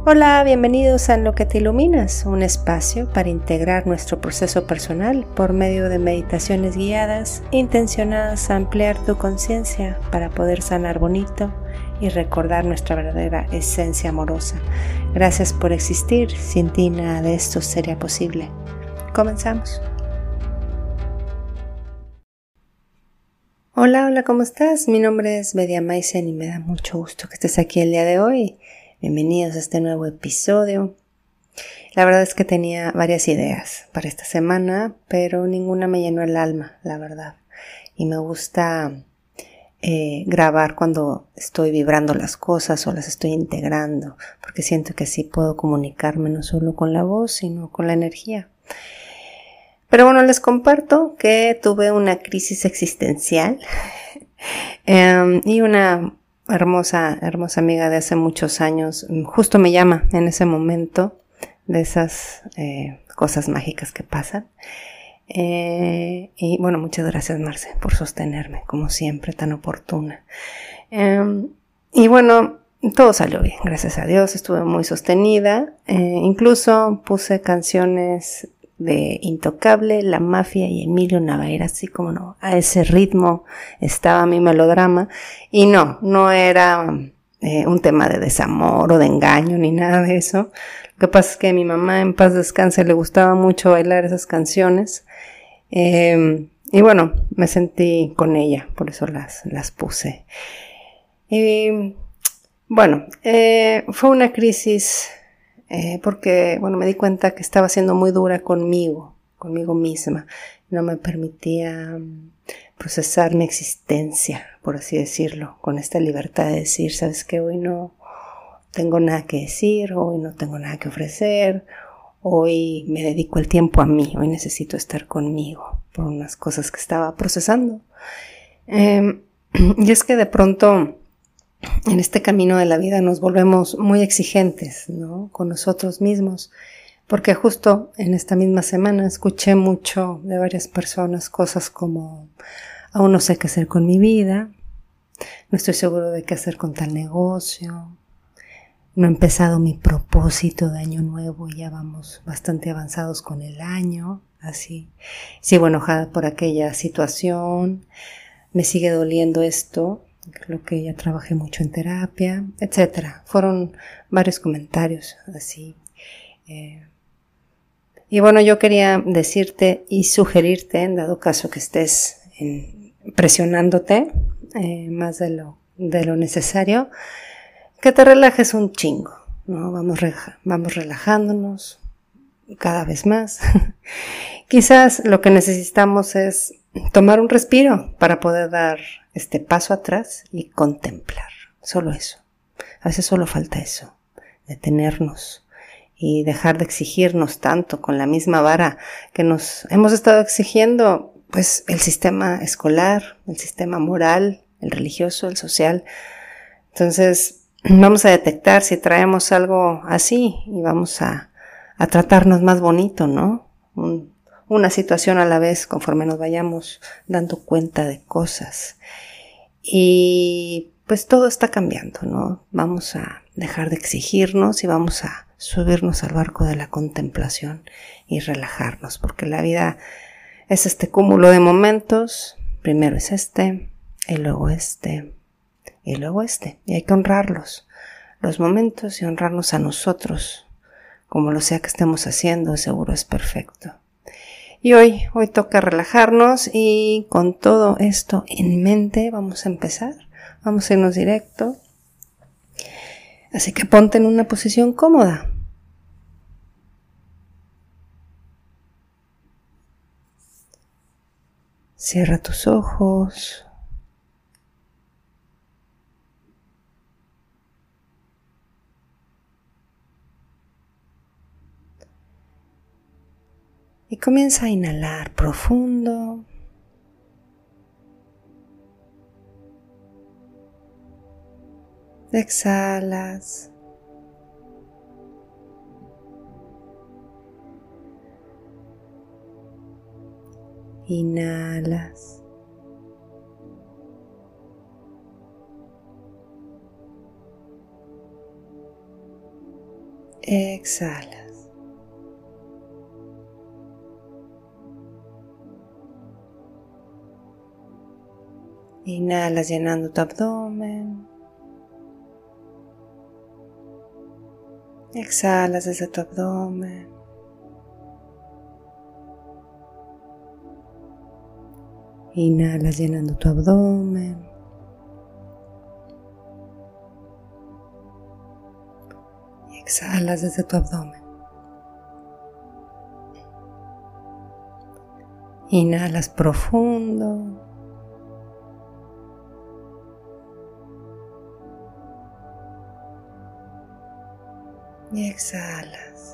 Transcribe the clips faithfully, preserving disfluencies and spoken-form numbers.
Hola, bienvenidos a En lo que te iluminas, un espacio para integrar nuestro proceso personal por medio de meditaciones guiadas, intencionadas a ampliar tu conciencia para poder sanar bonito y recordar nuestra verdadera esencia amorosa. Gracias por existir, sin ti nada de esto sería posible. Comenzamos. Hola, hola, ¿cómo estás? Mi nombre es Bedia Maisen y me da mucho gusto que estés aquí el día de hoy. Bienvenidos a este nuevo episodio. La verdad es que tenía varias ideas para esta semana, pero ninguna me llenó el alma, la verdad. Y me gusta eh, grabar cuando estoy vibrando las cosas o las estoy integrando, porque siento que así puedo comunicarme no solo con la voz, sino con la energía. Pero bueno, les comparto que tuve una crisis existencial eh, y una hermosa, hermosa amiga de hace muchos años justo me llama en ese momento de esas eh, cosas mágicas que pasan. Eh, y bueno, muchas gracias, Marce, por sostenerme, como siempre, tan oportuna. Eh, y bueno, todo salió bien, gracias a Dios, estuve muy sostenida. Eh, incluso puse canciones de Intocable, La Mafia y Emilio Navaira, así como no, a ese ritmo estaba mi melodrama. Y no, no era eh, un tema de desamor o de engaño ni nada de eso. Lo que pasa es que a mi mamá, en paz descanse, le gustaba mucho bailar esas canciones. Eh, y bueno, me sentí con ella, por eso las, las puse. Y bueno, eh, fue una crisis eh, porque, bueno, me di cuenta que estaba siendo muy dura conmigo, conmigo misma. No me permitía procesar mi existencia, por así decirlo, con esta libertad de decir, ¿sabes qué? Hoy no tengo nada que decir, hoy no tengo nada que ofrecer, hoy me dedico el tiempo a mí, hoy necesito estar conmigo por unas cosas que estaba procesando. Eh, y es que de pronto en este camino de la vida nos volvemos muy exigentes, ¿no? Con nosotros mismos, porque justo en esta misma semana escuché mucho de varias personas cosas como aún no sé qué hacer con mi vida, no estoy seguro de qué hacer con tal negocio, no he empezado mi propósito de año nuevo y ya vamos bastante avanzados con el año, así sigo enojada por aquella situación, me sigue doliendo esto, lo que ya trabajé mucho en terapia, etcétera. Fueron varios comentarios así. Eh, y bueno, yo quería decirte y sugerirte, en dado caso que estés en, presionándote eh, más de lo, de lo necesario, que te relajes un chingo, ¿no? Vamos, reja, vamos relajándonos cada vez más. Quizás lo que necesitamos es tomar un respiro para poder dar este paso atrás y contemplar. Solo eso. A veces solo falta eso. Detenernos y dejar de exigirnos tanto con la misma vara que nos hemos estado exigiendo, pues el sistema escolar, el sistema moral, el religioso, el social. Entonces vamos a detectar si traemos algo así y vamos a, a tratarnos más bonito, ¿no? Un, una situación a la vez conforme nos vayamos dando cuenta de cosas. Y pues todo está cambiando, ¿no? Vamos a dejar de exigirnos y vamos a subirnos al barco de la contemplación y relajarnos, porque la vida es este cúmulo de momentos. Primero es este, y luego este, y luego este. Y hay que honrarlos, los momentos, y honrarnos a nosotros, como lo sea que estemos haciendo, seguro es perfecto. Y hoy, hoy toca relajarnos y con todo esto en mente vamos a empezar. Vamos a irnos directo. Así que ponte en una posición cómoda. Cierra tus ojos. Y comienza a inhalar profundo. Exhalas. Inhalas. Exhalas. Inhalas llenando tu abdomen. Exhalas desde tu abdomen. Inhalas llenando tu abdomen. Y exhalas desde tu abdomen. Inhalas profundo. Y exhalas.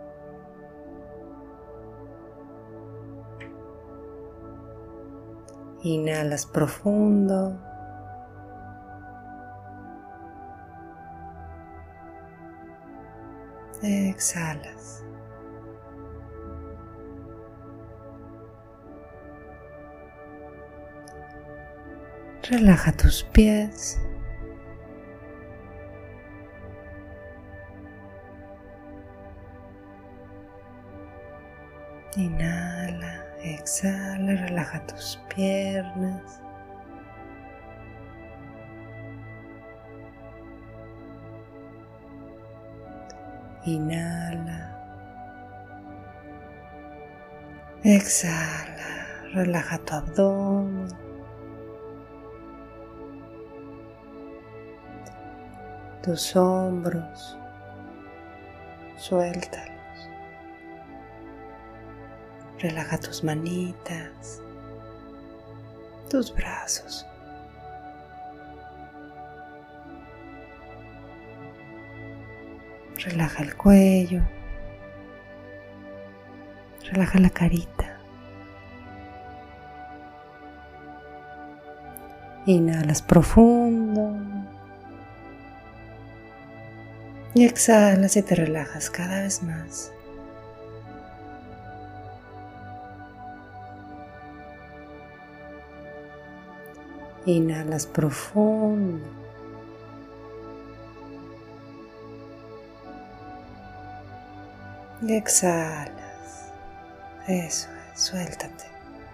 Inhalas profundo. Exhalas. Relaja tus pies. Inhala, exhala, relaja tus piernas. Inhala, exhala, relaja tu abdomen. Tus hombros, suéltalos. Relaja tus manitas, tus brazos. Relaja el cuello. Relaja la carita. Inhalas profundo. Y exhalas y te relajas cada vez más. Inhalas profundo. Y exhalas. Eso es, suéltate.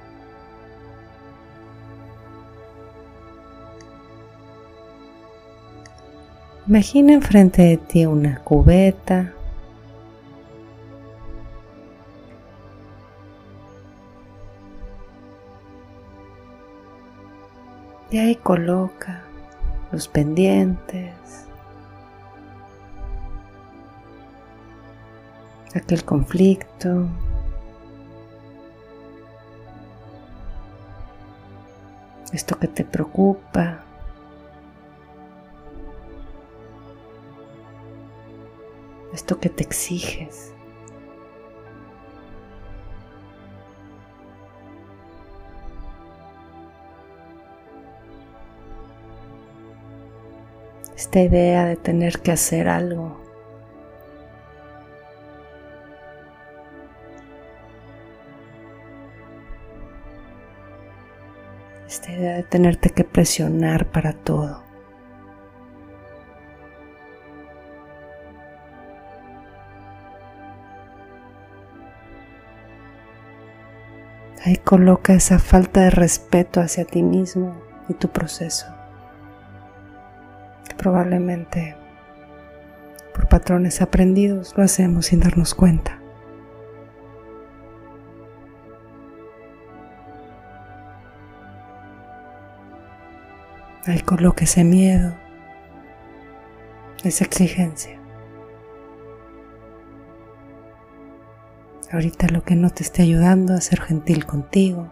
Imagina enfrente de ti una cubeta. Y ahí coloca los pendientes, aquel conflicto, esto que te preocupa, esto que te exiges. Esta idea de tener que hacer algo. Esta idea de tenerte que presionar para todo. Ahí coloca esa falta de respeto hacia ti mismo y tu proceso. Probablemente por patrones aprendidos lo hacemos sin darnos cuenta. Ahí coloca ese miedo, esa exigencia. Ahorita lo que no te esté ayudando a ser gentil contigo.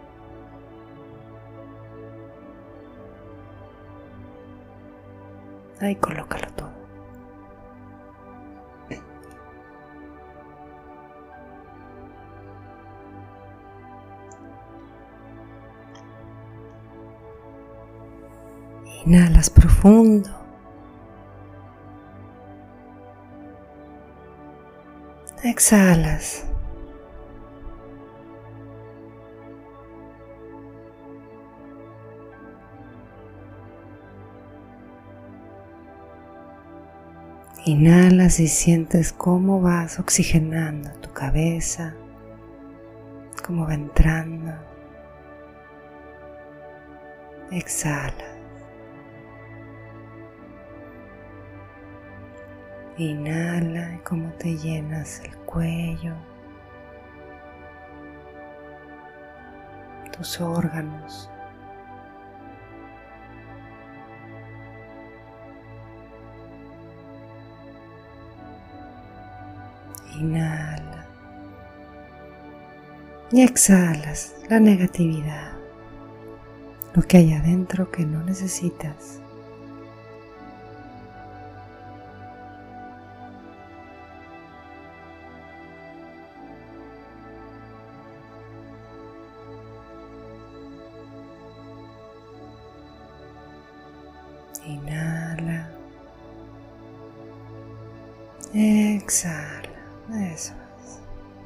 Ahí colócalo todo. Inhalas profundo. Exhalas. Inhalas y sientes cómo vas oxigenando tu cabeza, cómo va entrando. Exhala. Inhala y cómo te llenas el cuello, tus órganos. Inhala y exhalas la negatividad, lo que hay adentro que no necesitas. Inhala, exhala, eso es.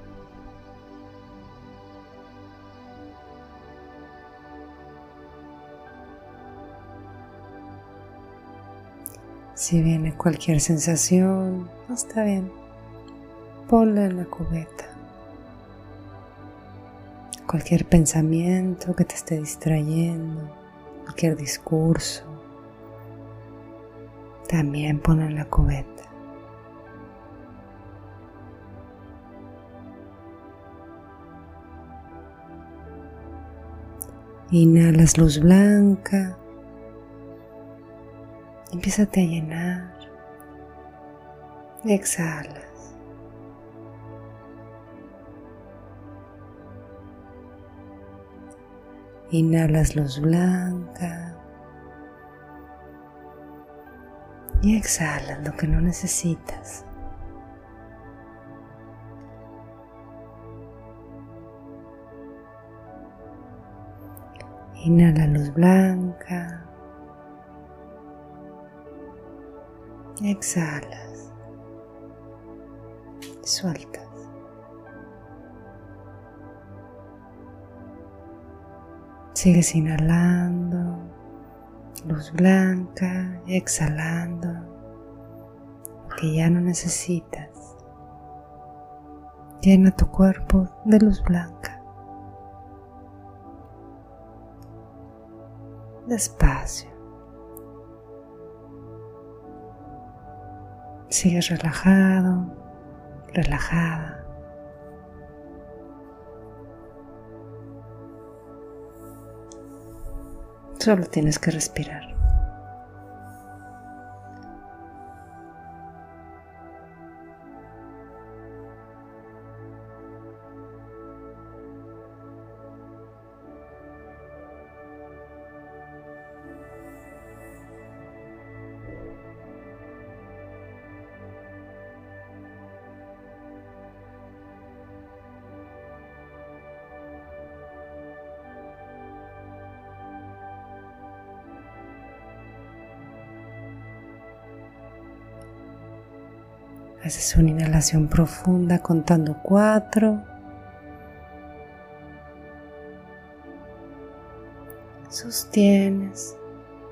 Si viene cualquier sensación, está bien, ponla en la cubeta. Cualquier pensamiento que te esté distrayendo, cualquier discurso, también ponlo en la cubeta. Inhalas luz blanca. Empiézate a llenar. Exhalas. Inhalas luz blanca. Y exhalas lo que no necesitas. Inhala luz blanca. Exhalas. Sueltas. Sigues inhalando luz blanca y exhalando lo que ya no necesitas. Llena tu cuerpo de luz blanca. Despacio. Sigues relajado, relajada. Solo tienes que respirar. Haces una inhalación profunda contando cuatro. Sostienes.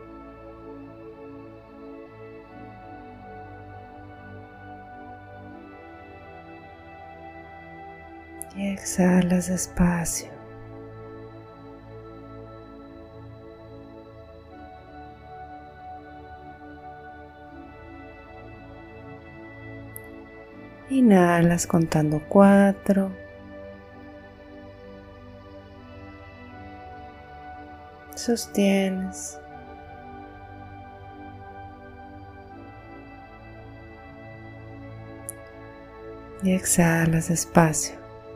Y exhalas despacio. Inhalas contando cuatro. Sostienes. Y exhalas despacio.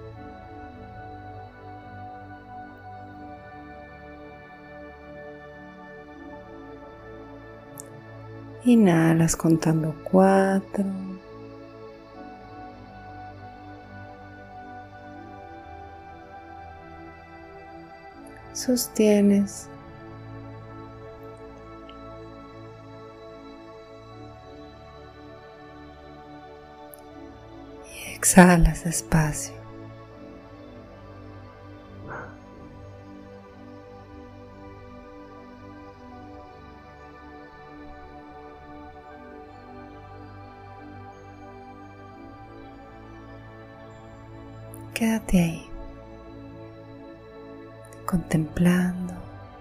Inhalas contando cuatro. Sostienes. Y exhalas despacio. Quédate ahí, contemplando.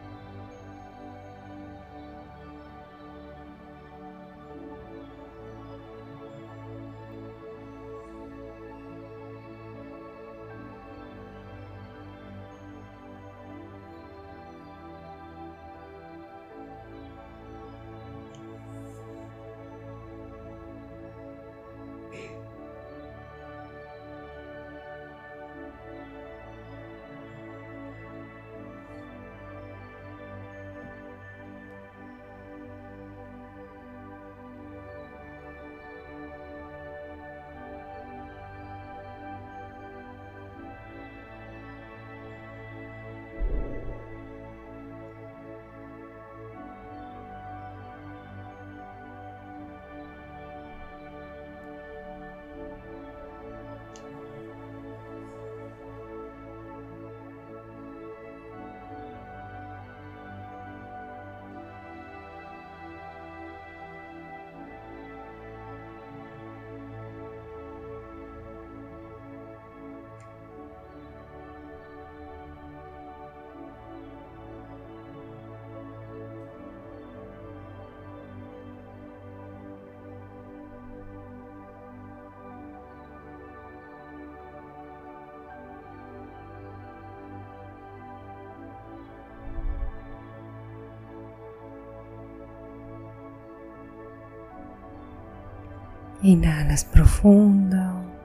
Inhalas profundo.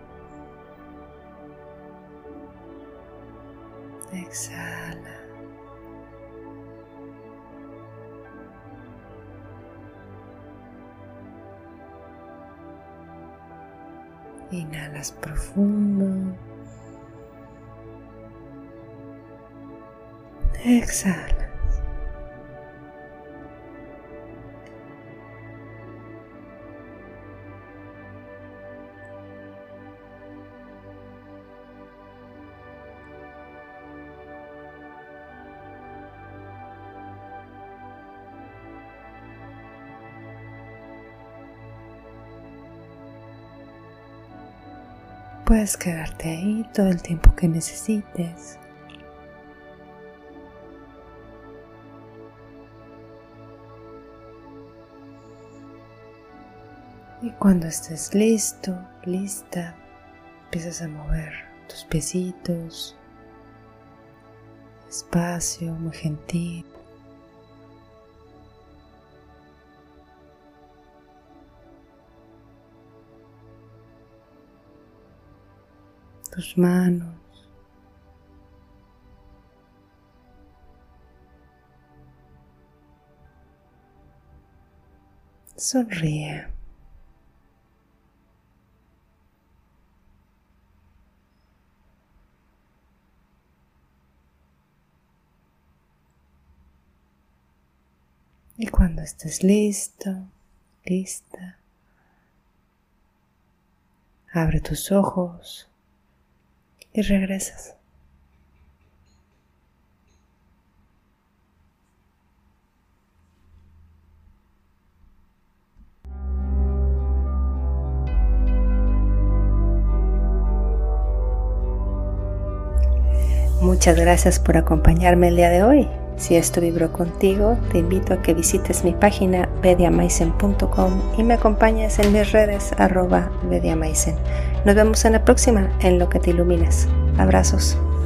Exhala. Inhalas profundo. Exhala. Puedes quedarte ahí todo el tiempo que necesites. Y cuando estés listo, lista, empiezas a mover tus piecitos, despacio, muy gentil. Tus manos. Sonríe. Y cuando estés listo, lista, abre tus ojos y regresas. Muchas gracias por acompañarme el día de hoy. Si esto vibró contigo, te invito a que visites mi página vediamaisen punto com y me acompañes en mis redes arroba vediamaisen. Nos vemos en la próxima, en Lo que te iluminas. Abrazos.